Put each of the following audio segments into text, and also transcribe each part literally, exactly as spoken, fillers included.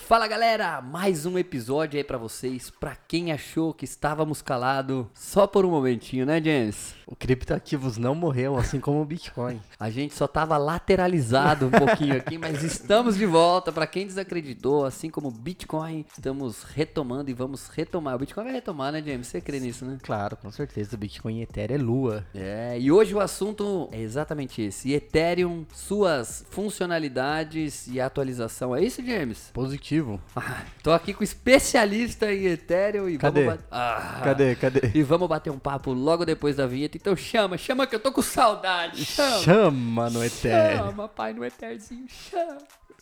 Fala galera, mais um episódio aí pra vocês. Pra quem achou que estávamos calados só por um momentinho, né, James? O criptoativos não morreu, assim como o Bitcoin. A gente só tava lateralizado um pouquinho aqui, mas estamos de volta. Pra quem desacreditou, assim como o Bitcoin, estamos retomando e vamos retomar. O Bitcoin vai retomar, né, James? Você crê nisso, né? Claro, com certeza. O Bitcoin e Ethereum é lua. É, e hoje o assunto é exatamente esse. Ethereum, suas funcionalidades e atualização. É isso, James? Positivo. Ah, tô aqui com especialista em Ethereum e Cadê? vamos... Bat... Ah, Cadê? Cadê? E vamos bater um papo logo depois da vinheta. Então chama, chama que eu tô com saudade. Chama, Chama no Ethereum. Chama, pai, no Etherzinho, chama.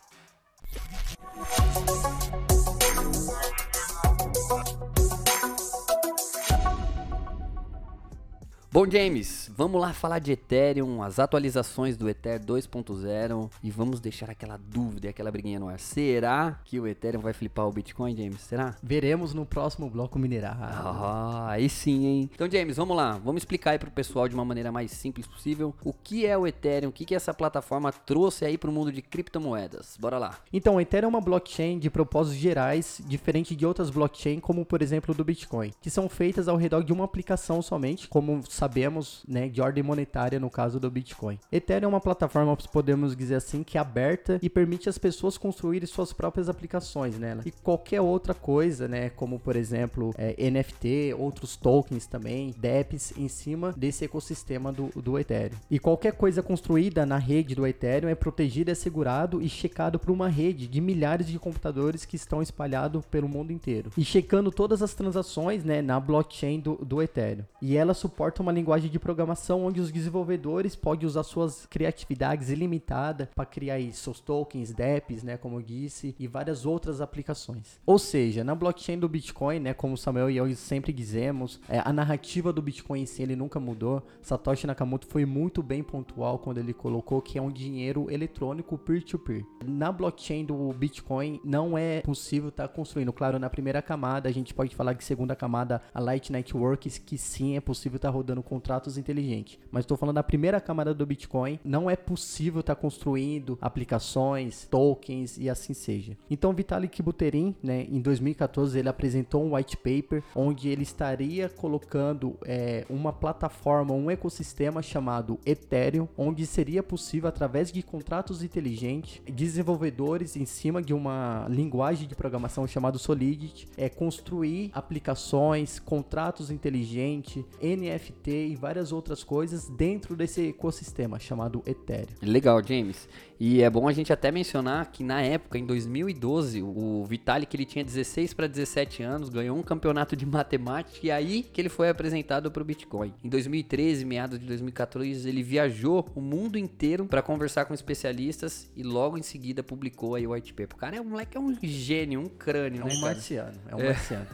Bom, James, vamos lá falar de Ethereum, as atualizações do Ether dois ponto zero e vamos deixar aquela dúvida, aquela briguinha no ar. Será que o Ethereum vai flipar o Bitcoin, James? Será? Veremos no próximo bloco mineral. Ah, aí sim, hein? Então, James, vamos lá. Vamos explicar aí pro pessoal de uma maneira mais simples possível o que é o Ethereum, o que, que essa plataforma trouxe aí pro mundo de criptomoedas. Bora lá. Então, o Ethereum é uma blockchain de propósitos gerais, diferente de outras blockchains, como por exemplo do Bitcoin, que são feitas ao redor de uma aplicação somente, como sabemos, né, de ordem monetária no caso do Bitcoin. Ethereum é uma plataforma, podemos dizer assim, que é aberta e permite às pessoas construírem suas próprias aplicações nela. E qualquer outra coisa, né, como por exemplo é, N F T, outros tokens também, dApps em cima desse ecossistema do, do Ethereum. E qualquer coisa construída na rede do Ethereum é protegido, é segurado e checado por uma rede de milhares de computadores que estão espalhados pelo mundo inteiro. E checando todas as transações, né, na blockchain do, do Ethereum. E ela suporta uma linguagem de programação onde os desenvolvedores podem usar suas criatividades ilimitadas para criar aí seus tokens, dApps, né, como eu disse, e várias outras aplicações. Ou seja, na blockchain do Bitcoin, né, como o Samuel e eu sempre dizemos, é, a narrativa do Bitcoin em si ele nunca mudou. Satoshi Nakamoto foi muito bem pontual quando ele colocou que é um dinheiro eletrônico peer-to-peer. Na blockchain do Bitcoin não é possível estar tá construindo. Claro, na primeira camada a gente pode falar que segunda camada a Light Networks, que sim é possível estar tá rodando contratos inteligentes. Mas estou falando da primeira camada do Bitcoin, não é possível estar tá construindo aplicações, tokens e assim seja. Então Vitalik Buterin, né, em dois mil e quatorze ele apresentou um white paper onde ele estaria colocando é, uma plataforma, um ecossistema chamado Ethereum, onde seria possível através de contratos inteligentes, desenvolvedores em cima de uma linguagem de programação chamada Solidity, é, construir aplicações, contratos inteligentes, N F T e várias outras coisas dentro desse ecossistema chamado Ethereum. Legal, James. E é bom a gente até mencionar que na época, em dois mil e doze, o Vitalik, ele tinha dezesseis para dezessete anos, ganhou um campeonato de matemática e aí que ele foi apresentado para o Bitcoin. Em dois mil e treze, meados de dois mil e quatorze, ele viajou o mundo inteiro para conversar com especialistas e logo em seguida publicou aí o white paper. O cara é um moleque, é um gênio, um crânio, é né, um cara? marciano, é um É. marciano.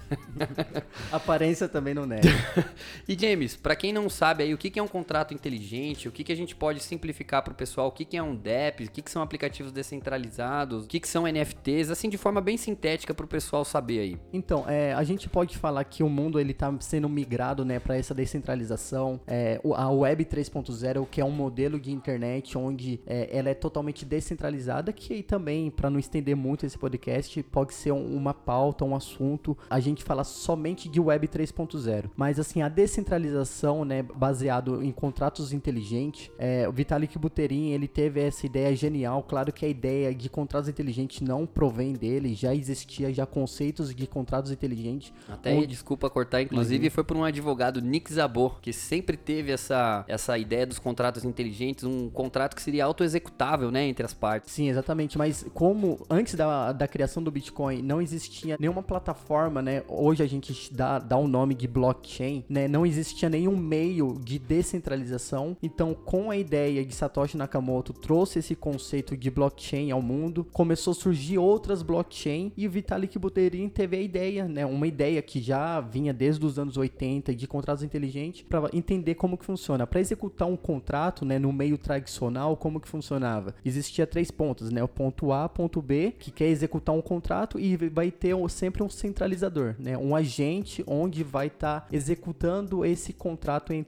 Aparência também não nega. E James, para quem não sabe aí o que é um contrato inteligente, o que a gente pode simplificar para o pessoal, o que é um dApp, o que são aplicativos descentralizados, o que são N F Ts, assim de forma bem sintética para o pessoal saber aí. Então, é, a gente pode falar que o mundo ele tá sendo migrado, né, para essa descentralização, é, a Web três ponto zero, que é um modelo de internet onde é, ela é totalmente descentralizada, que aí também, para não estender muito esse podcast, pode ser um, uma pauta, um assunto, a gente fala somente de Web três ponto zero, mas assim, a descentralização, né, baseado em contratos inteligentes, é, o Vitalik Buterin, ele teve essa ideia genial. Claro que a ideia de contratos inteligentes não provém dele, já existia já conceitos de contratos inteligentes. Até onde... desculpa cortar, inclusive uhum. foi por um advogado, Nick Szabo, que sempre teve essa, essa ideia dos contratos inteligentes, um contrato que seria autoexecutável, né, entre as partes. Sim, exatamente, mas como antes da, da criação do Bitcoin não existia nenhuma plataforma, né, hoje a gente dá, dá o nome de blockchain, né, não existia nenhum meio de descentralização, então com a ideia de Satoshi Nakamoto trouxe esse conceito de blockchain ao mundo, começou a surgir outras blockchain e o Vitalik Buterin teve a ideia, né, uma ideia que já vinha desde os anos oitenta de contratos inteligentes para entender como que funciona. Para executar um contrato, né, no meio tradicional, como que funcionava? Existia três pontos, né, o ponto A, ponto B, que quer executar um contrato e vai ter sempre um centralizador, né, um agente onde vai estar tá executando esse contrato entre as ambas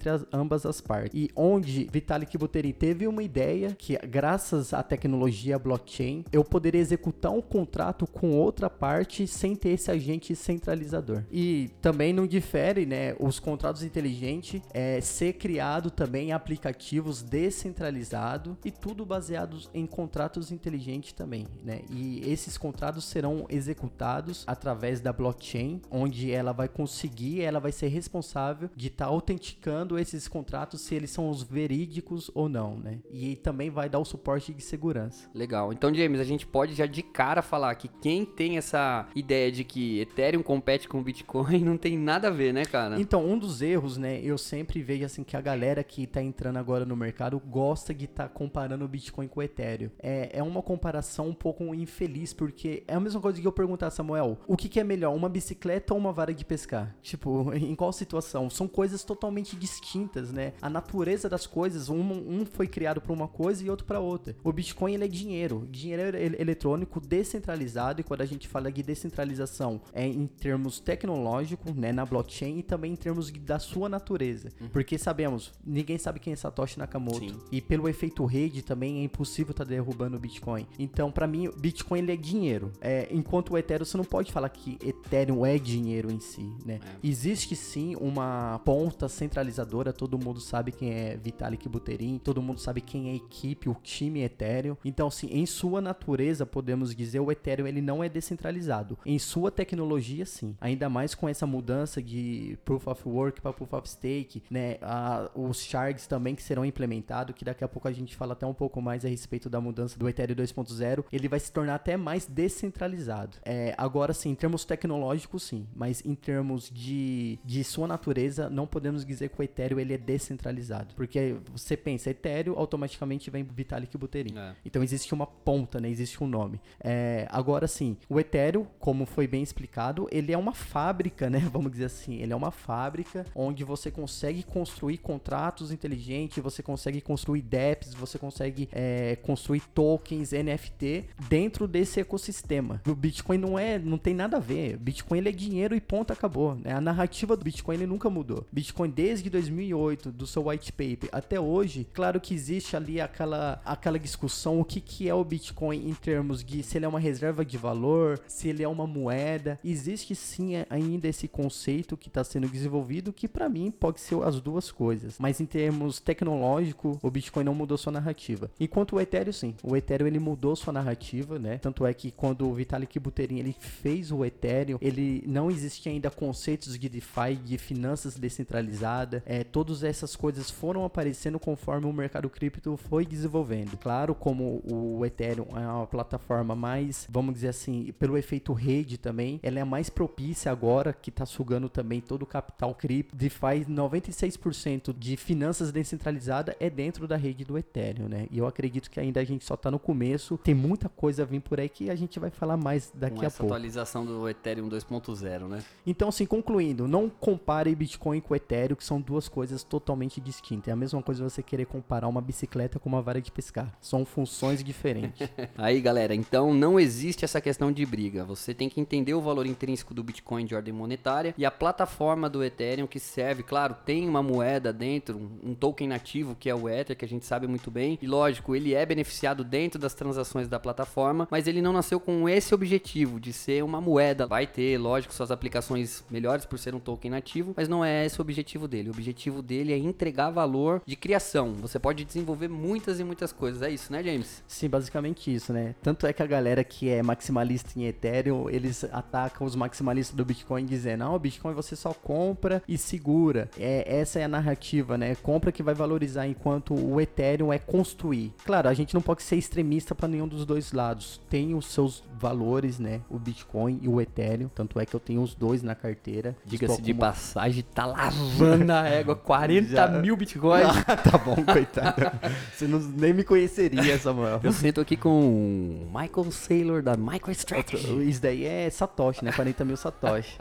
ambas as partes. E onde Vitalik Buterin teve uma ideia que, graças à tecnologia blockchain, eu poderia executar um contrato com outra parte sem ter esse agente centralizador. E também não difere, né, os contratos inteligentes é, ser criado também em aplicativos descentralizados e tudo baseados em contratos inteligentes também, né? E esses contratos serão executados através da blockchain, onde ela vai conseguir, ela vai ser responsável de estar tá autenticando esses contratos se eles são os verídicos ou não, né? E também vai dar o suporte de segurança. Legal. Então, James, a gente pode já de cara falar que quem tem essa ideia de que Ethereum compete com Bitcoin não tem nada a ver, né, cara? Então, um dos erros, né, eu sempre vejo assim que a galera que tá entrando agora no mercado gosta de estar tá comparando o Bitcoin com o Ethereum. É, é uma comparação um pouco infeliz, porque é a mesma coisa que eu perguntar, Samuel, o que, que é melhor, uma bicicleta ou uma vara de pescar? Tipo, em qual situação? São coisas totalmente distintas, né? A natureza das coisas, um, um foi criado para uma coisa e outro para outra. O Bitcoin, ele é dinheiro, dinheiro eletrônico descentralizado, e quando a gente fala de descentralização, é em termos tecnológicos, né, na blockchain, e também em termos da sua natureza. Uhum. Porque sabemos, ninguém sabe quem é Satoshi Nakamoto. Sim. E pelo efeito rede também é impossível estar tá derrubando o Bitcoin. Então, para mim, o Bitcoin, ele é dinheiro. É, enquanto o Ethereum, você não pode falar que Ethereum é dinheiro em si, né? É. Existe sim uma ponta centralizadora, todo mundo sabe quem é Vitalik Buterin, todo mundo sabe quem é a equipe, o time Ethereum. Então, assim, em sua natureza, podemos dizer, o Ethereum, ele não é descentralizado. Em sua tecnologia, sim. Ainda mais com essa mudança de Proof of Work para Proof of Stake, né? Ah, os shards também que serão implementados, que daqui a pouco a gente fala até um pouco mais a respeito da mudança do Ethereum dois ponto zero, ele vai se tornar até mais descentralizado. É, agora, sim, em termos tecnológicos, sim, mas em termos de, de sua natureza, não podemos dizer que o Ethereum ele é descentralizado, porque você pensa Ethereum, automaticamente vem Vitalik Buterin. É. Então existe uma ponta, né? Existe um nome. É, agora, sim, o Ethereum, como foi bem explicado, ele é uma fábrica, né? Vamos dizer assim, ele é uma fábrica onde você consegue construir contratos inteligentes, você consegue construir dApps, você consegue é, construir tokens, N F T dentro desse ecossistema. O Bitcoin não é, não tem nada a ver. Bitcoin, ele é dinheiro e ponto, acabou, né? A narrativa do Bitcoin, ele nunca mudou. Bitcoin, desde dois mil e oito, do seu white paper até hoje, claro que existe ali aquela, aquela discussão, o que, que é o Bitcoin em termos de se ele é uma reserva de valor, se ele é uma moeda. Existe sim ainda esse conceito que está sendo desenvolvido, que para mim pode ser as duas coisas. Mas em termos tecnológicos, o Bitcoin não mudou sua narrativa. Enquanto o Ethereum, sim. O Ethereum, ele mudou sua narrativa, né? Tanto é que quando o Vitalik Buterin, ele fez o Ethereum, ele não existia ainda conceitos de DeFi, de finanças descentralizadas. É, todas essas coisas foram aparecendo conforme o mercado cripto foi desenvolvendo. Claro, como o Ethereum é uma plataforma mais, vamos dizer assim, pelo efeito rede também, ela é mais propícia agora, que está sugando também todo o capital cripto. DeFi, noventa e seis por cento de finanças descentralizadas é dentro da rede do Ethereum, né? E eu acredito que ainda a gente só está no começo, tem muita coisa a vir por aí que a gente vai falar mais daqui com a essa pouco. Atualização do Ethereum dois ponto zero, né? Então, assim, concluindo, não compare Bitcoin com Ethereum, que são duas coisas totalmente distintas. É a mesma coisa você querer comparar uma bicicleta com uma vara de pescar. São funções diferentes. Aí, galera, então não existe essa questão de briga. Você tem que entender o valor intrínseco do Bitcoin de ordem monetária e a plataforma do Ethereum que serve, claro, tem uma moeda dentro, um token nativo que é o Ether, que a gente sabe muito bem. E lógico, ele é beneficiado dentro das transações da plataforma, mas ele não nasceu com esse objetivo de ser uma moeda. Vai ter, lógico, suas aplicações melhores por ser um token nativo, mas não é esse o objetivo dele. O objetivo dele é entregar valor de criação. Você pode desenvolver muitas e muitas coisas. É isso, né, James? Sim, basicamente isso, né? Tanto é que a galera que é maximalista em Ethereum, eles atacam os maximalistas do Bitcoin dizendo, não, o Bitcoin você só compra e segura. É, essa é a narrativa, né? Compra que vai valorizar, enquanto o Ethereum é construir. Claro, a gente não pode ser extremista para nenhum dos dois lados. Tem os seus valores, né? O Bitcoin e o Ethereum. Tanto é que eu tenho os dois na carteira. Diga-se de passagem, tá lavando a égua. quarenta mil Bitcoins. Ah, tá bom, coitado. Você não, nem me conheceria, Samuel. Eu sento aqui com o Michael Saylor da MicroStrategy. Isso daí é Satoshi, né? quarenta mil Satoshi.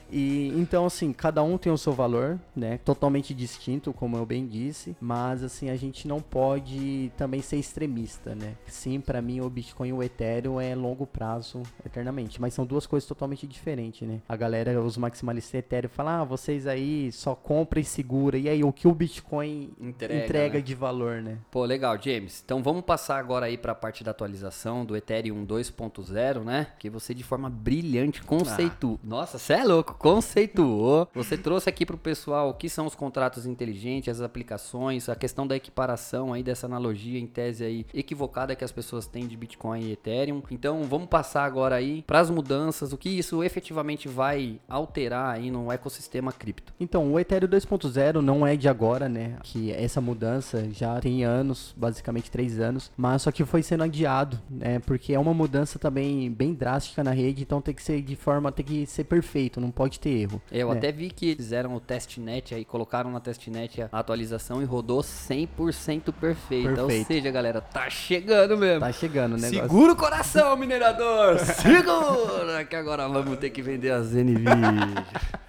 E então, assim, cada um tem o seu valor, né? Totalmente distinto, como eu bem disse. Mas, assim, a gente não pode também ser extremista, né? Sim, pra mim, o Bitcoin e o Ethereum é longo prazo, eternamente. Mas são duas coisas totalmente diferentes, né? A galera, os maximalistas Ethereum, falam, ah, vocês aí só compram e segura. E aí o que o Bitcoin Entrega, entrega, né? de valor, né? Pô, legal, James. Então vamos passar agora aí para a parte da atualização do Ethereum dois ponto zero, né? Que você de forma brilhante conceitua. Ah. Nossa, você é louco, conceituou. Você trouxe aqui pro pessoal o que são os contratos inteligentes, as aplicações, a questão da equiparação aí dessa analogia em tese aí equivocada que as pessoas têm de Bitcoin e Ethereum. Então vamos passar agora aí para as mudanças, o que isso efetivamente vai alterar aí no ecossistema cripto. Então, o Ethereum dois ponto zero não é de agora, né? Que essa mudança já tem anos, basicamente três anos, mas só que foi sendo adiado, né? Porque é uma mudança também bem drástica na rede, então tem que ser de forma, tem que ser perfeito, não pode ter erro. Eu né? até vi que fizeram o testnet aí, colocaram na testnet a atualização e rodou cem por cento perfeita. Perfeito. Ou seja, galera, tá chegando mesmo. Tá chegando o negócio. Segura o coração, minerador! Segura! Que agora vamos ter que vender as N V I D A.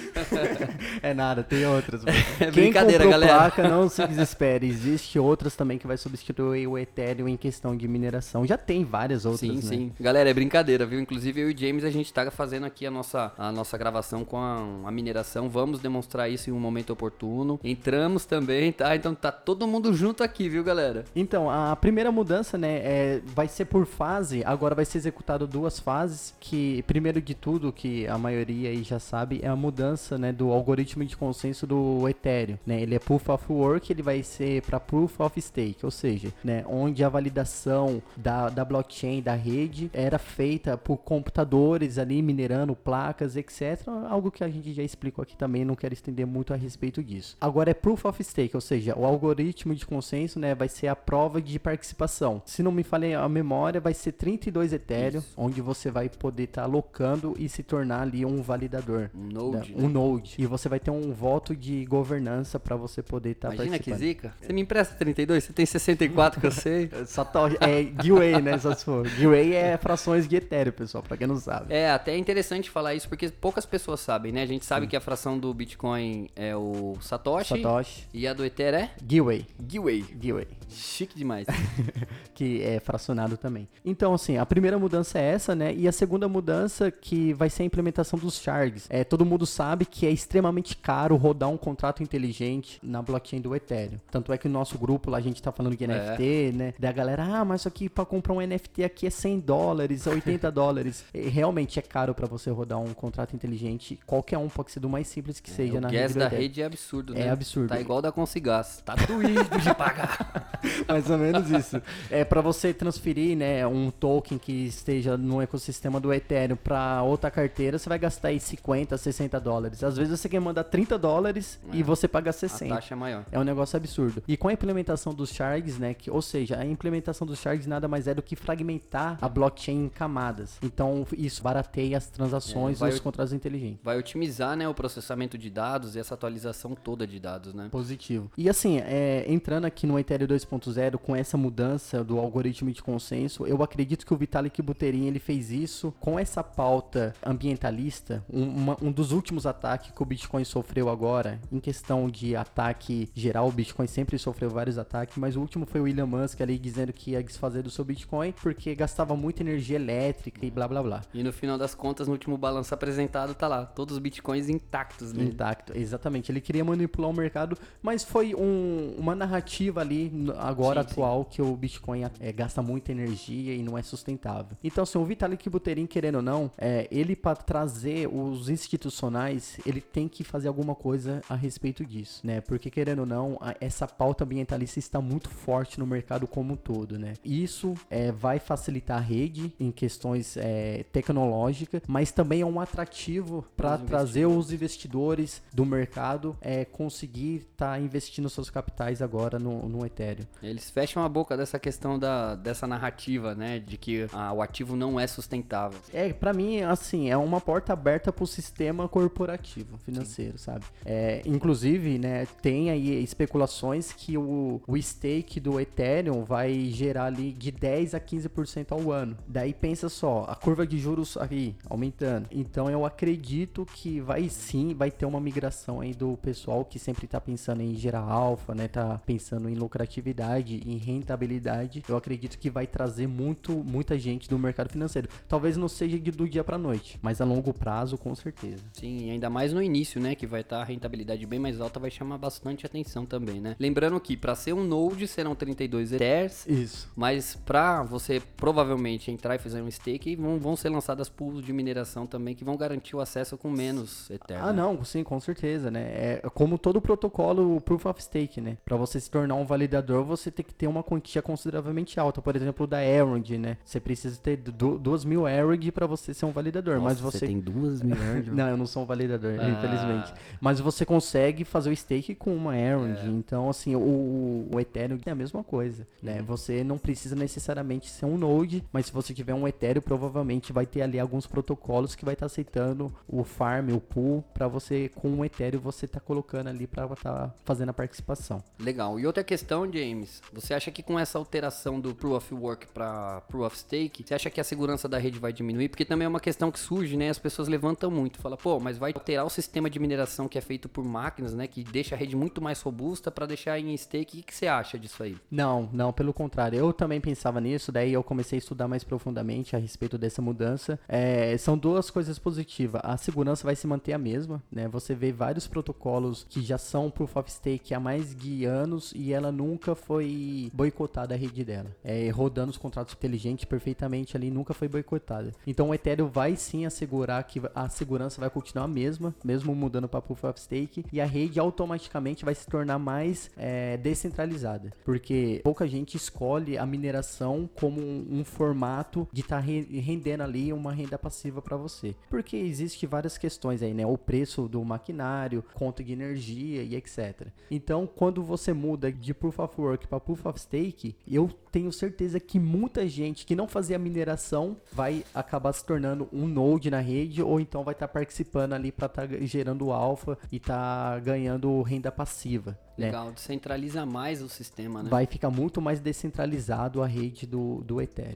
É nada, tem outras. É Quem brincadeira, comprou galera. placa, não se desespere. Existe outras também que vai substituir o Ethereum em questão de mineração. Já tem várias outras, Sim, né? sim. Galera, é brincadeira, viu? Inclusive eu e o James, a gente tá fazendo aqui a nossa, a nossa gravação com a, a mineração. Vamos demonstrar isso em um momento oportuno. Entramos também, tá? Então tá todo mundo junto aqui, viu, galera? Então, a primeira mudança, né, é, vai ser por fase. Agora vai ser executado duas fases, que primeiro de tudo, que a maioria aí já sabe, é a mudança, né, do algoritmo de consenso do Ethereum, né? Ele é Proof of Work, ele vai ser para Proof of Stake, ou seja, né, onde a validação da, da blockchain, da rede, era feita por computadores ali, minerando placas, etcétera. Algo que a gente já explicou aqui também, não quero estender muito a respeito disso. Agora é Proof of Stake, ou seja, o algoritmo de consenso, né, vai ser a prova de participação. Se não me falei a memória, vai ser trinta e dois Ethereum, Isso. onde você vai poder estar tá alocando e se tornar ali um validador. Um node. Né? Um node. E você vai ter um voto de governança para você poder estar tá Imagina participando. que zica. Você me empresta trinta e dois? Você tem sessenta e quatro que eu sei. Satoshi, é Gwei, né? Só se for. Gwei é frações de Ethereum, pessoal, pra quem não sabe. É, até é interessante falar isso porque poucas pessoas sabem, né? A gente sabe Sim. que a fração do Bitcoin é o Satoshi. Satoshi. E a do Ether é? Gwei. Gwei. Gwei. Chique demais. Que é fracionado também. Então, assim, a primeira mudança é essa, né? E a segunda mudança que vai ser a implementação dos shards. É, todo mundo sabe que é extremamente caro rodar um contrato inteligente na blockchain do Ethereum. Tanto é que o nosso grupo lá, a gente tá falando de N F T, é. né? Da galera, ah, mas isso aqui pra comprar um N F T aqui é cem dólares, é oitenta dólares. E realmente é caro pra você rodar um contrato inteligente. Qualquer um, pode ser do mais simples que é, seja o na rede. O gas rede da Ethereum. rede é absurdo, né? É absurdo. Tá igual da Consigás. Tá doído de pagar. Mais ou menos isso. É pra você transferir, né, um token que esteja no ecossistema do Ethereum pra outra carteira, você vai gastar aí cinquenta, sessenta dólares. Às vezes você quer mandar trinta dólares é. e você paga sessenta. A taxa é maior. É um negócio absurdo. E com a implementação dos shards, né, que, ou seja, a implementação dos shards nada mais é do que fragmentar a blockchain em camadas. Então isso barateia as transações é, dos contratos inteligentes. Vai otimizar, né, o processamento de dados e essa atualização toda de dados, né? Positivo. E assim, é, entrando aqui no Ethereum dois ponto zero com essa mudança do algoritmo de consenso, eu acredito que o Vitalik Buterin ele fez isso com essa pauta ambientalista. Um, uma, um dos últimos ataques que o Bitcoin sofreu agora, em questão de ataque geral, o Bitcoin sempre sofreu vários ataques, mas o último foi o Elon Musk ali dizendo que ia desfazer do seu Bitcoin porque gastava muita energia elétrica e blá blá blá. E no final das contas, no último balanço apresentado, tá lá, todos os Bitcoins intactos, né? Intacto, exatamente. Ele queria manipular o mercado, mas foi um, uma narrativa ali, agora sim, atual, sim. que o Bitcoin é, gasta muita energia e não é sustentável. Então, assim, o Vitalik Buterin, querendo ou não, é, ele para trazer os institucionais, ele tem que fazer alguma coisa a respeito disso, né? Porque, querendo ou não, a, essa pauta ambientalista está muito forte no mercado como um todo, né? Isso é, vai facilitar a rede em questões é, tecnológicas, mas também é um atrativo para trazer os investidores do mercado é, conseguir estar tá investindo seus capitais agora no, no Ethereum. Eles fecham a boca dessa questão da, dessa narrativa, né? De que ah, o ativo não é sustentável. É, para mim, assim, é uma porta aberta para o sistema corporativo financeiro, Sim. sabe? É, inclusive, né, tem aí especulações que o, o stake do Ethereum vai gerar ali de dez a quinze por cento ao ano. Daí pensa só, a curva de juros aí aumentando. Então eu acredito que vai sim, vai ter uma migração aí do pessoal que sempre tá pensando em gerar alfa, né? Tá pensando em lucratividade, em rentabilidade. Eu acredito que vai trazer muito, muita gente do mercado financeiro. Talvez não seja do dia pra noite, mas a longo prazo, com certeza. Sim, ainda mais no início, né, que vai estar tá a rentabilidade bem mais alta, vai chamar bastante atenção também, né? Lembrando que para ser um Node serão trinta e dois Ethers, isso. Mas para você provavelmente entrar e fazer um stake, vão, vão ser lançadas pools de mineração também que vão garantir o acesso com menos Ether. Ah, né? não, sim, com certeza, né? É como todo protocolo Proof of Stake, né? Para você se tornar um validador, você tem que ter uma quantia consideravelmente alta. Por exemplo, da Erond, né? Você precisa ter duas mil Erond para você ser um validador. Nossa, mas você... você tem duas mil Erond? Não, eu não sou um validador, ah. infelizmente. Mas você consegue fazer o stake com uma Erond. É. Então, assim, o, o Ethereum é a mesma coisa, né? Uhum. Você não precisa necessariamente ser um Node, mas se você tiver um Ethereum, provavelmente vai ter ali alguns protocolos que vai estar tá aceitando o farm, o pool, para você, com o Ethereum, você tá colocando ali para estar tá fazendo a participação. Legal. E outra questão, James, você acha que com essa alteração do Proof of Work para Proof of Stake, você acha que a segurança da rede vai diminuir? Porque também é uma questão que surge, né? As pessoas levantam muito, fala, pô, mas vai alterar o sistema de mineração que é feito por máquinas, né? Que deixa a rede muito mais robusta para deixar em stake. O que você acha disso aí? Não, não, pelo contrário. Eu também pensava nisso, daí eu comecei a estudar mais profundamente a respeito dessa mudança. É, são duas coisas positivas. A segurança vai se manter a mesma, né? Você vê vários protocolos que já são Proof of Stake há mais de anos e ela nunca foi boicotada a rede dela. É, rodando os contratos inteligentes perfeitamente ali, nunca foi boicotada. Então o Ethereum vai sim assegurar que a segurança vai continuar a mesma, mesmo mudando para Proof of Stake, e a rede automaticamente vai se tornar mais é, descentralizada, porque pouca gente escolhe a mineração como um, um formato de estar tá re- rendendo ali uma renda passiva para você, porque existe várias questões aí, né? O preço do maquinário, conta de energia e etcétera. Então, quando você muda de Proof of Work para Proof of Stake, eu tenho certeza que muita gente que não fazia mineração vai acabar se tornando um node na rede, ou então vai estar tá participando ali para estar tá gerando alfa e tá ganhando renda passiva. Legal, né? Descentraliza mais o sistema, né? Vai ficar muito mais descentralizado a rede do, do Ethereum.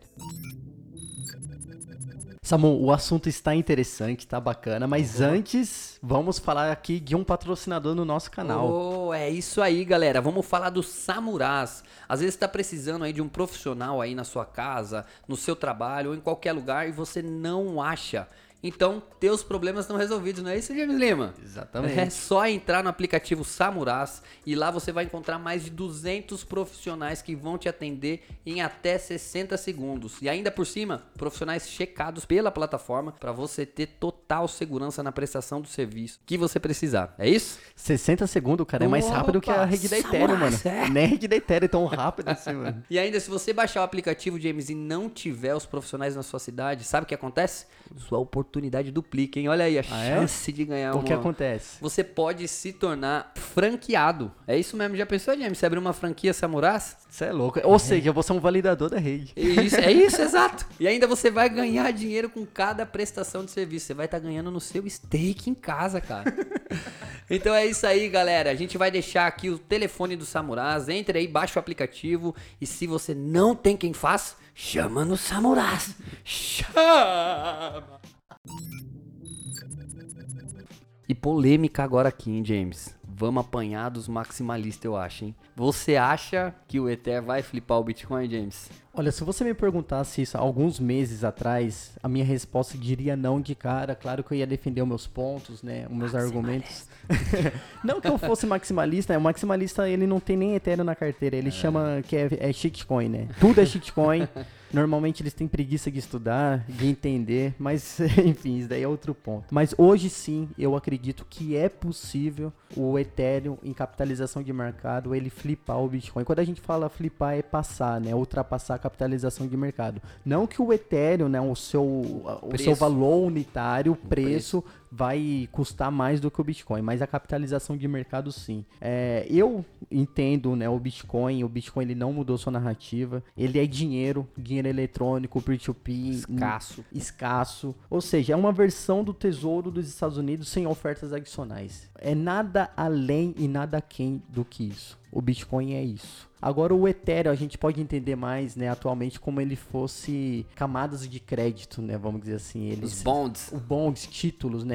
Samu, o assunto está interessante, está bacana, mas uhum. antes, vamos falar aqui de um patrocinador no nosso canal. Oh, é isso aí, galera. Vamos falar do Samurás. Às vezes está precisando aí de um profissional aí na sua casa, no seu trabalho ou em qualquer lugar e você não acha. Então, teus problemas estão resolvidos, não é isso, James Lima? Exatamente. É só entrar no aplicativo Samurás e lá você vai encontrar mais de duzentos profissionais que vão te atender em até sessenta segundos. E ainda por cima, profissionais checados pela plataforma para você ter total segurança na prestação do serviço que você precisar. É isso? sessenta segundos, cara, é mais Opa, rápido que a rede da Ethereum, mano. É. Nem a rede da Ethereum é tão rápido assim, mano. E ainda, se você baixar o aplicativo, James, e não tiver os profissionais na sua cidade, sabe o que acontece? Sua oportunidade duplica, hein? Olha aí a ah, chance é? de ganhar o uma... que acontece? Você pode se tornar franqueado. É isso mesmo, já pensou, James? Você abrir uma franquia Samurás? Você é louco. Ou seja, eu vou ser um validador da rede. Isso, é isso, exato. E ainda você vai ganhar dinheiro com cada prestação de serviço. Você vai estar tá ganhando no seu stake em casa, cara. Então é isso aí, galera. A gente vai deixar aqui o telefone do Samurás. Entre aí, baixa o aplicativo. E se você não tem quem faz, chama no Samurás. Chama! E polêmica agora aqui, hein, James? Vamos apanhar dos maximalistas, eu acho, hein? Você acha que o Ether vai flipar o Bitcoin, James? Olha, se você me perguntasse isso há alguns meses atrás, a minha resposta diria não de cara. Claro que eu ia defender os meus pontos, né? Os meus argumentos. Não que eu fosse maximalista, né? O maximalista, ele não tem nem Ethereum na carteira. Ele é. chama que é, é shitcoin, né? Tudo é shitcoin. Normalmente eles têm preguiça de estudar, de entender, mas enfim, isso daí é outro ponto. Mas hoje sim, eu acredito que é possível o Ethereum em capitalização de mercado, ele flipar o Bitcoin. Quando a gente fala flipar, é passar, né? Ultrapassar a capitalização de mercado. Não que o Ethereum, né, o seu, o seu valor unitário, o preço, preço vai custar mais do que o Bitcoin, mas a capitalização de mercado sim. É, eu entendo, né, o Bitcoin, o Bitcoin ele não mudou sua narrativa, ele é dinheiro, dinheiro eletrônico, peer-to-peer, escasso. escasso, ou seja, é uma versão do tesouro dos Estados Unidos sem ofertas adicionais. É nada além e nada aquém do que isso. O Bitcoin é isso. Agora o Ethereum a gente pode entender mais, né, atualmente como ele fosse camadas de crédito, né, vamos dizer assim. Eles, Os bonds. Os bonds, títulos, né,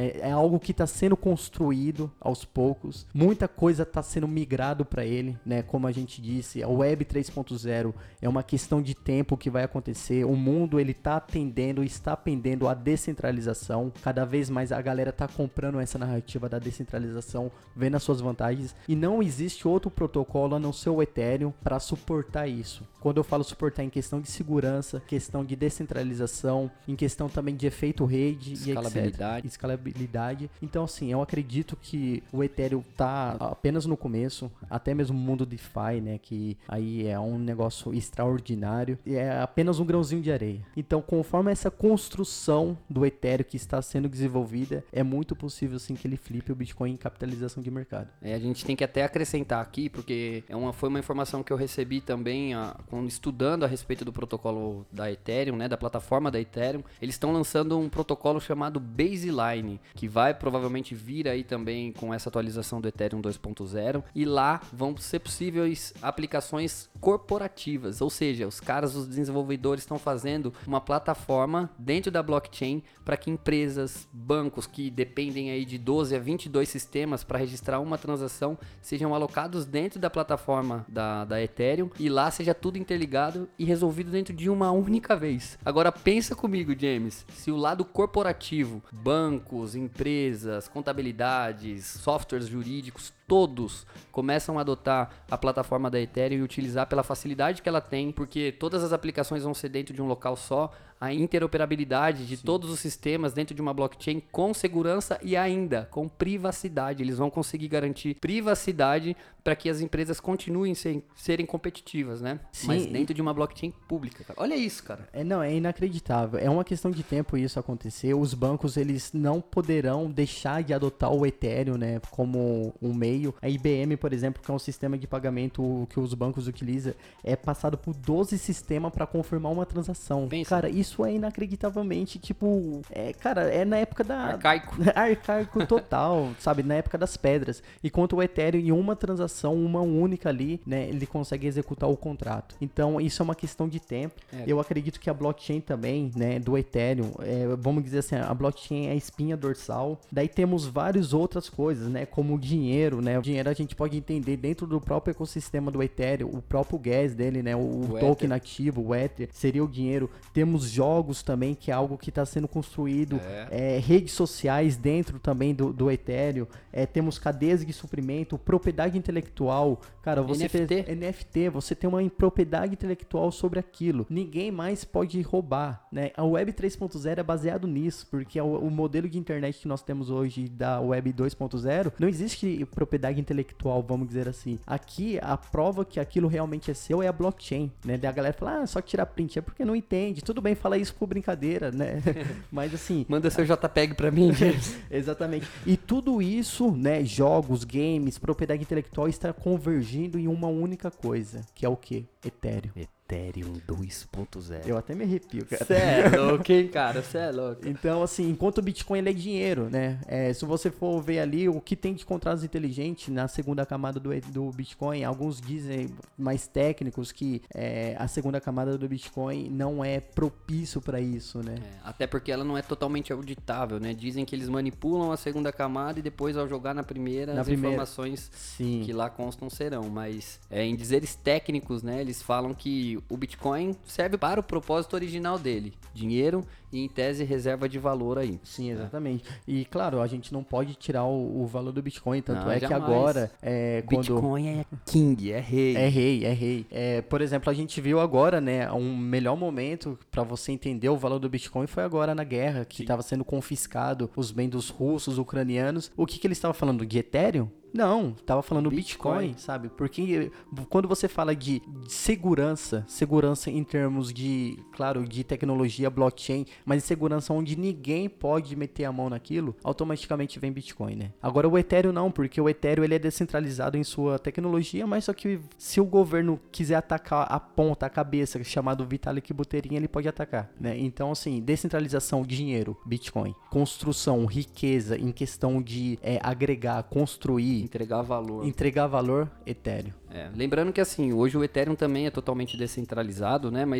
É, é algo que está sendo construído aos poucos. Muita coisa está sendo migrado para ele, né? Como a gente disse, a Web três ponto zero é uma questão de tempo que vai acontecer. O mundo ele está tendendo, está pendendo à descentralização. Cada vez mais a galera está comprando essa narrativa da descentralização, vendo as suas vantagens. E não existe outro protocolo a não ser o Ethereum para suportar isso. Quando eu falo suportar em questão de segurança, questão de descentralização, em questão também de efeito rede, escalabilidade. E escalabilidade. Então, assim, eu acredito que o Ethereum tá apenas no começo, até mesmo o mundo DeFi, né, que aí é um negócio extraordinário, e é apenas um grãozinho de areia. Então, conforme essa construção do Ethereum que está sendo desenvolvida, é muito possível, sim, que ele flipe o Bitcoin em capitalização de mercado. É, a gente tem que até acrescentar aqui, porque é uma, foi uma informação que eu recebi também, a, quando estudando a respeito do protocolo da Ethereum, né, da plataforma da Ethereum. Eles estão lançando um protocolo chamado Baseline, que vai provavelmente vir aí também com essa atualização do Ethereum dois ponto zero, e lá vão ser possíveis aplicações corporativas, ou seja, os caras, os desenvolvedores estão fazendo uma plataforma dentro da blockchain para que empresas, bancos que dependem aí de doze a vinte e dois sistemas para registrar uma transação sejam alocados dentro da plataforma da, da Ethereum, e lá seja tudo interligado e resolvido dentro de uma única vez. Agora pensa comigo, James, se o lado corporativo, bancos, empresas, contabilidades, softwares jurídicos, todos começam a adotar a plataforma da Ethereum e utilizar pela facilidade que ela tem, porque todas as aplicações vão ser dentro de um local só, a interoperabilidade de Sim. todos os sistemas dentro de uma blockchain com segurança e ainda com privacidade. Eles vão conseguir garantir privacidade para que as empresas continuem ser, serem competitivas, né? Sim, Mas dentro de uma blockchain pública, cara. Olha isso, cara. É, não, é inacreditável. É uma questão de tempo isso acontecer. Os bancos, eles não poderão deixar de adotar o Ethereum, né, como um meio. A I B M, por exemplo, que é um sistema de pagamento que os bancos utilizam, é passado por doze sistemas para confirmar uma transação. Pensa. Cara, isso é inacreditavelmente, tipo, é, cara, é na época da... Arcaico. Arcaico total, sabe? Na época das pedras. Enquanto o Ethereum, em uma transação, uma única ali, né, ele consegue executar o contrato. Então, isso é uma questão de tempo. É. Eu acredito que a blockchain também, né, do Ethereum, é, vamos dizer assim, a blockchain é a espinha dorsal. Daí temos várias outras coisas, né, como o dinheiro, né? O dinheiro a gente pode entender dentro do próprio ecossistema do Ethereum, o próprio gas dele, né, o, o token Ether. Ativo, o Ether, seria o dinheiro. Temos jogos também, que é algo que está sendo construído, é. É, redes sociais dentro também do, do Ethereum, é, temos cadeias de suprimento, propriedade intelectual, cara, você N F T. tem N F T, você tem uma propriedade intelectual sobre aquilo, ninguém mais pode roubar, né? A Web três ponto zero é baseado nisso, porque o, o modelo de internet que nós temos hoje da Web dois ponto zero, não existe propriedade intelectual, vamos dizer assim. Aqui, a prova que aquilo realmente é seu é a blockchain, né? Daí a galera fala, ah, só tirar print, é porque não entende, tudo bem, fala isso por brincadeira, né? Mas assim... Manda seu JPEG pra mim, James. Exatamente. E tudo isso, né, jogos, games, propriedade intelectual, está convergindo em uma única coisa, que é o quê? Ethereum. Ethereum dois ponto zero. Eu até me arrepio, cara. Cê é louco, hein, cara? Cê é louco. Então, assim, enquanto o Bitcoin ele é dinheiro, né? É, se você for ver ali o que tem de contratos inteligentes na segunda camada do, do Bitcoin, alguns dizem, mais técnicos, que é, a segunda camada do Bitcoin não é propício para isso, né? É, até porque ela não é totalmente auditável, né? Dizem que eles manipulam a segunda camada e depois, ao jogar na primeira, na as primeira. informações Sim. que lá constam serão. Mas, é, em dizeres técnicos, né? Eles falam que o Bitcoin serve para o propósito original dele, dinheiro e, em tese, reserva de valor aí. Sim, exatamente. É. E, claro, a gente não pode tirar o, o valor do Bitcoin, tanto não, é jamais. que agora... É, quando... Bitcoin é king, é rei. É rei, é rei. É, por exemplo, a gente viu agora, né, um melhor momento para você entender o valor do Bitcoin foi agora na guerra, que estava sendo confiscado os bens dos russos, ucranianos. O que que eles estavam falando? De Ethereum? Não, tava falando Bitcoin. Bitcoin, sabe? Porque quando você fala de segurança, segurança em termos de, claro, de tecnologia, blockchain, mas segurança onde ninguém pode meter a mão naquilo, automaticamente vem Bitcoin, né? Agora o Ethereum não, porque o Ethereum ele é descentralizado em sua tecnologia, mas só que se o governo quiser atacar a ponta, a cabeça, chamado Vitalik Buterin, ele pode atacar, né? Então, assim, descentralização, dinheiro, Bitcoin, construção, riqueza em questão de é, agregar, construir, entregar valor. Entregar valor, Ethereum. É, lembrando que assim, hoje o Ethereum também é totalmente descentralizado, né? Mas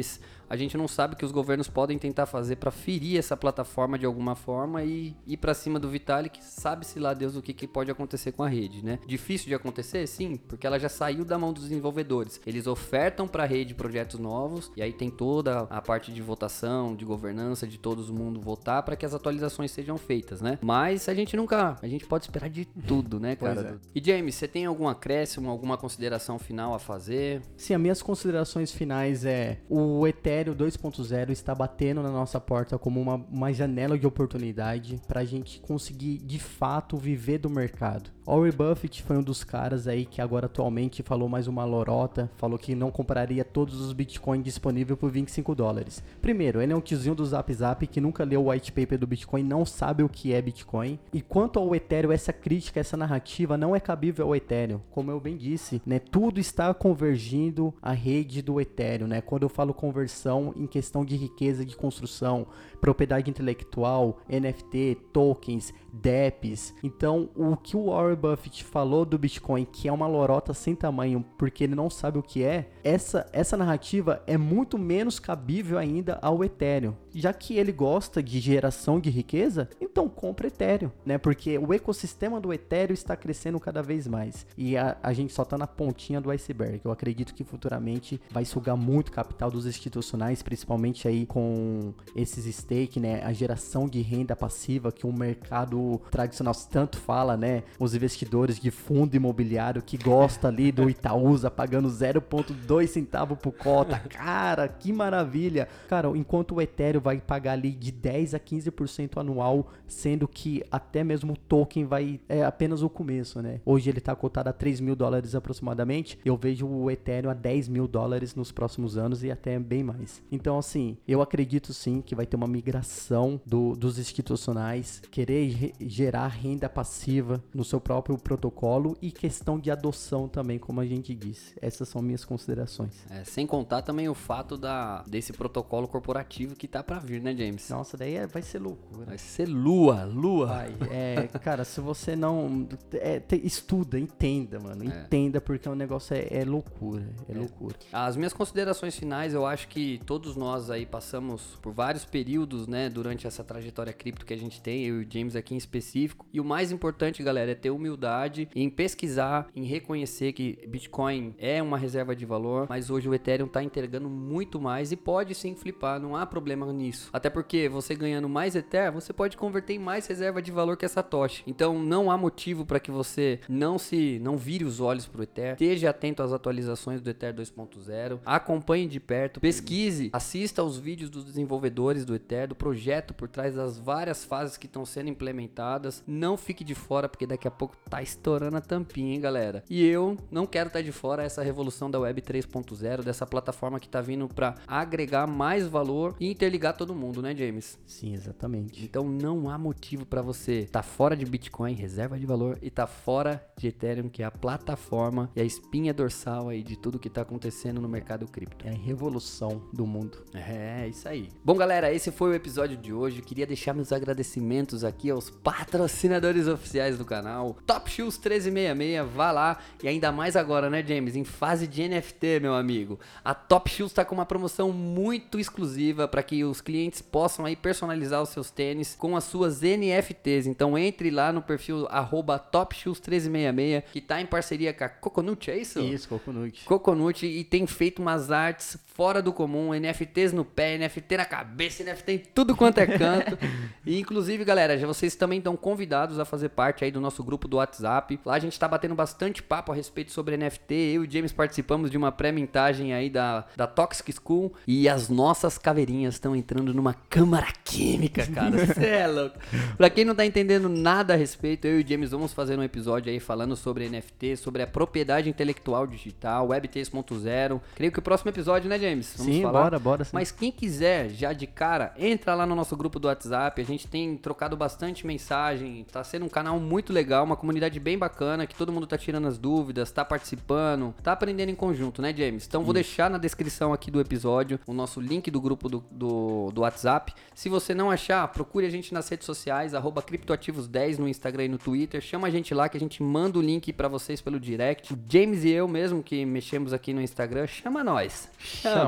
a gente não sabe o que os governos podem tentar fazer para ferir essa plataforma de alguma forma e ir para cima do Vitalik, sabe-se lá Deus o que, que pode acontecer com a rede, né? Difícil de acontecer? Sim, porque ela já saiu da mão dos desenvolvedores. Eles ofertam para a rede projetos novos e aí tem toda a parte de votação, de governança, de todo mundo votar para que as atualizações sejam feitas, né? Mas a gente nunca, a gente pode esperar de tudo, né, cara? É. E James, você tem algum acréscimo, alguma consideração final a fazer? Sim, as minhas considerações finais é o Ethereum dois ponto zero está batendo na nossa porta como uma, uma janela de oportunidade para a gente conseguir de fato viver do mercado. Warren Buffett foi um dos caras aí que agora atualmente falou mais uma lorota, falou que não compraria todos os Bitcoin disponíveis por vinte e cinco dólares. Primeiro, ele é um tiozinho do Zap Zap que nunca leu o white paper do Bitcoin, não sabe o que é Bitcoin. E quanto ao Ethereum, essa crítica, essa narrativa não é cabível ao Ethereum. Como eu bem disse, né, tudo está convergindo à rede do Ethereum, né? Quando eu falo conversão em questão de riqueza de construção, propriedade intelectual, N F T, tokens, dApps. Então, o que o Warren Buffett falou do Bitcoin, que é uma lorota sem tamanho, porque ele não sabe o que é, essa, essa narrativa é muito menos cabível ainda ao Ethereum. Já que ele gosta de geração de riqueza, então compra Ethereum, né? Porque o ecossistema do Ethereum está crescendo cada vez mais. E a, a gente só está na pontinha do iceberg. Eu acredito que futuramente vai sugar muito capital dos institucionais, principalmente aí com esses stake, né? A geração de renda passiva que o mercado tradicional tanto fala, né? Os investidores de fundo imobiliário que gosta ali do Itaúsa pagando zero vírgula dois centavos por cota. Cara, que maravilha! Cara, enquanto o Ethereum vai pagar ali de dez a quinze por cento anual, sendo que até mesmo o token vai, é apenas o começo, né? Hoje ele tá cotado a três mil dólares aproximadamente, eu vejo o Ethereum a dez mil dólares nos próximos anos e até bem mais. Então, assim, eu acredito sim que vai ter uma migração do, dos institucionais, querer re- gerar renda passiva no seu próprio protocolo e questão de adoção também, como a gente disse. Essas são minhas considerações. É, sem contar também o fato da, desse protocolo corporativo que tá pra vir, né, James? Nossa, daí é, vai ser loucura. Vai ser lua, lua. Vai, é, cara, se você não... É, te, estuda, entenda, mano. É. Entenda, porque o negócio é, é loucura, é, é loucura. As minhas considerações finais, eu acho que todos nós aí passamos por vários períodos, né, durante essa trajetória cripto que a gente tem, eu e o James aqui em específico. E o mais importante, galera, é ter humildade em pesquisar, em reconhecer que Bitcoin é uma reserva de valor, mas hoje o Ethereum tá entregando muito mais e pode sim flipar, não há problema nisso. Até porque você ganhando mais Ether, você pode converter em mais reserva de valor que a Satoshi. Então não há motivo para que você não se não vire os olhos pro Ether. Esteja atento às atualizações do Ether dois ponto zero, acompanhe de perto, pesquise, assista aos vídeos dos desenvolvedores do Ether, do projeto por trás das várias fases que estão sendo implementadas. Não fique de fora, porque daqui a pouco tá estourando a tampinha, hein, galera? E eu não quero estar tá de fora essa revolução da Web três ponto zero, dessa plataforma que tá vindo para agregar mais valor e interligar todo mundo, né, James? Sim, exatamente. Então não há motivo para você estar tá fora de Bitcoin, reserva de valor, e tá fora de Ethereum, que é a plataforma e a espinha dorsal aí de tudo que tá acontecendo no mercado cripto. É a revolução do mundo. É, isso aí. Bom, galera, esse foi o episódio de hoje. Eu queria deixar meus agradecimentos aqui aos patrocinadores oficiais do canal. Top Shoes treze sessenta e seis, vá lá. E ainda mais agora, né, James? Em fase de N F T, meu amigo. A Top Shoes tá com uma promoção muito exclusiva para que os clientes possam aí personalizar os seus tênis com as suas N F Ts. Então entre lá no perfil arroba Top Shoes treze sessenta e seis, que tá em parceria com a Coconut, é isso? Isso, Coconut. Coconut, e tem feito umas artes fora do comum, N F Ts no pé, N F T na cabeça, N F T em tudo quanto é canto. E inclusive, galera, já vocês também estão convidados a fazer parte aí do nosso grupo do WhatsApp. Lá a gente tá batendo bastante papo a respeito sobre N F T. Eu e o James participamos de uma pré-mintagem aí da, da Toxic School, e as nossas caveirinhas estão entrando numa câmara química, cara. Cê é louco. Pra quem não tá entendendo nada a respeito, eu e o James vamos fazer um episódio aí falando sobre N F T, sobre a propriedade intelectual digital, Web três ponto zero. Creio que o próximo episódio, né, James? Vamos sim, falar. bora, bora sim. Mas quem quiser, já de cara, entra lá no nosso grupo do WhatsApp. A gente tem trocado bastante mensagem, tá sendo um canal muito legal, uma comunidade bem bacana, que todo mundo tá tirando as dúvidas, tá participando, tá aprendendo em conjunto, né, James? Então vou Isso. deixar na descrição aqui do episódio o nosso link do grupo do, do, do WhatsApp. Se você não achar, procure a gente nas redes sociais, arroba criptoativos dez no Instagram e no Twitter. Chama a gente lá que a gente manda o link pra vocês pelo direct. O James e eu mesmo, que mexemos aqui no Instagram, chama nós. Chama, chama,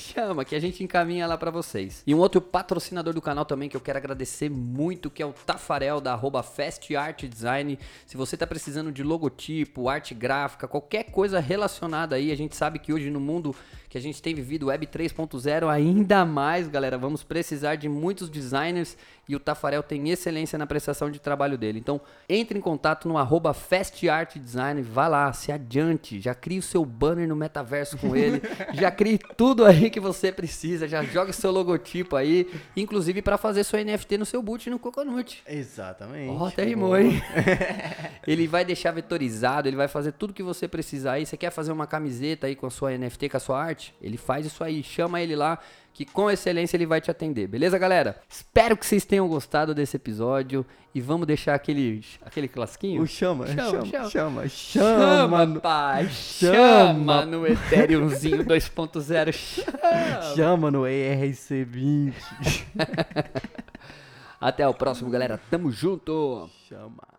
chama, que a gente encaminha lá pra vocês. E um outro patrocinador do canal também que eu quero agradecer muito, que é o Tafarel, da arroba Fast Art Design. Se você tá precisando de logotipo, arte gráfica, qualquer coisa relacionada aí, a gente sabe que hoje no mundo que a gente tem vivido Web três ponto zero, ainda mais, galera, vamos precisar de muitos designers e o Tafarel tem excelência na prestação de trabalho dele. Então, entre em contato no arroba Fast Art Design, vá lá, se adiante, já crie o seu banner no metaverso com ele, já crie tudo aí que você precisa, já joga o seu logotipo aí, inclusive para fazer sua N F T no seu boot no Coconut. Exatamente. Ó, oh, até rimou, hein? Ele vai deixar vetorizado, ele vai fazer tudo que você precisar aí. Você quer fazer uma camiseta aí com a sua N F T, com a sua arte? Ele faz isso aí, chama ele lá, que com excelência ele vai te atender, beleza, galera? Espero que vocês tenham gostado desse episódio e vamos deixar aquele, aquele clasquinho. O chama, chama, chama, chama, chama, chama, chama pai, chama no Ethereumzinho dois ponto zero, chama. Chama no E R C vinte. Até o próximo, galera, tamo junto. Chama.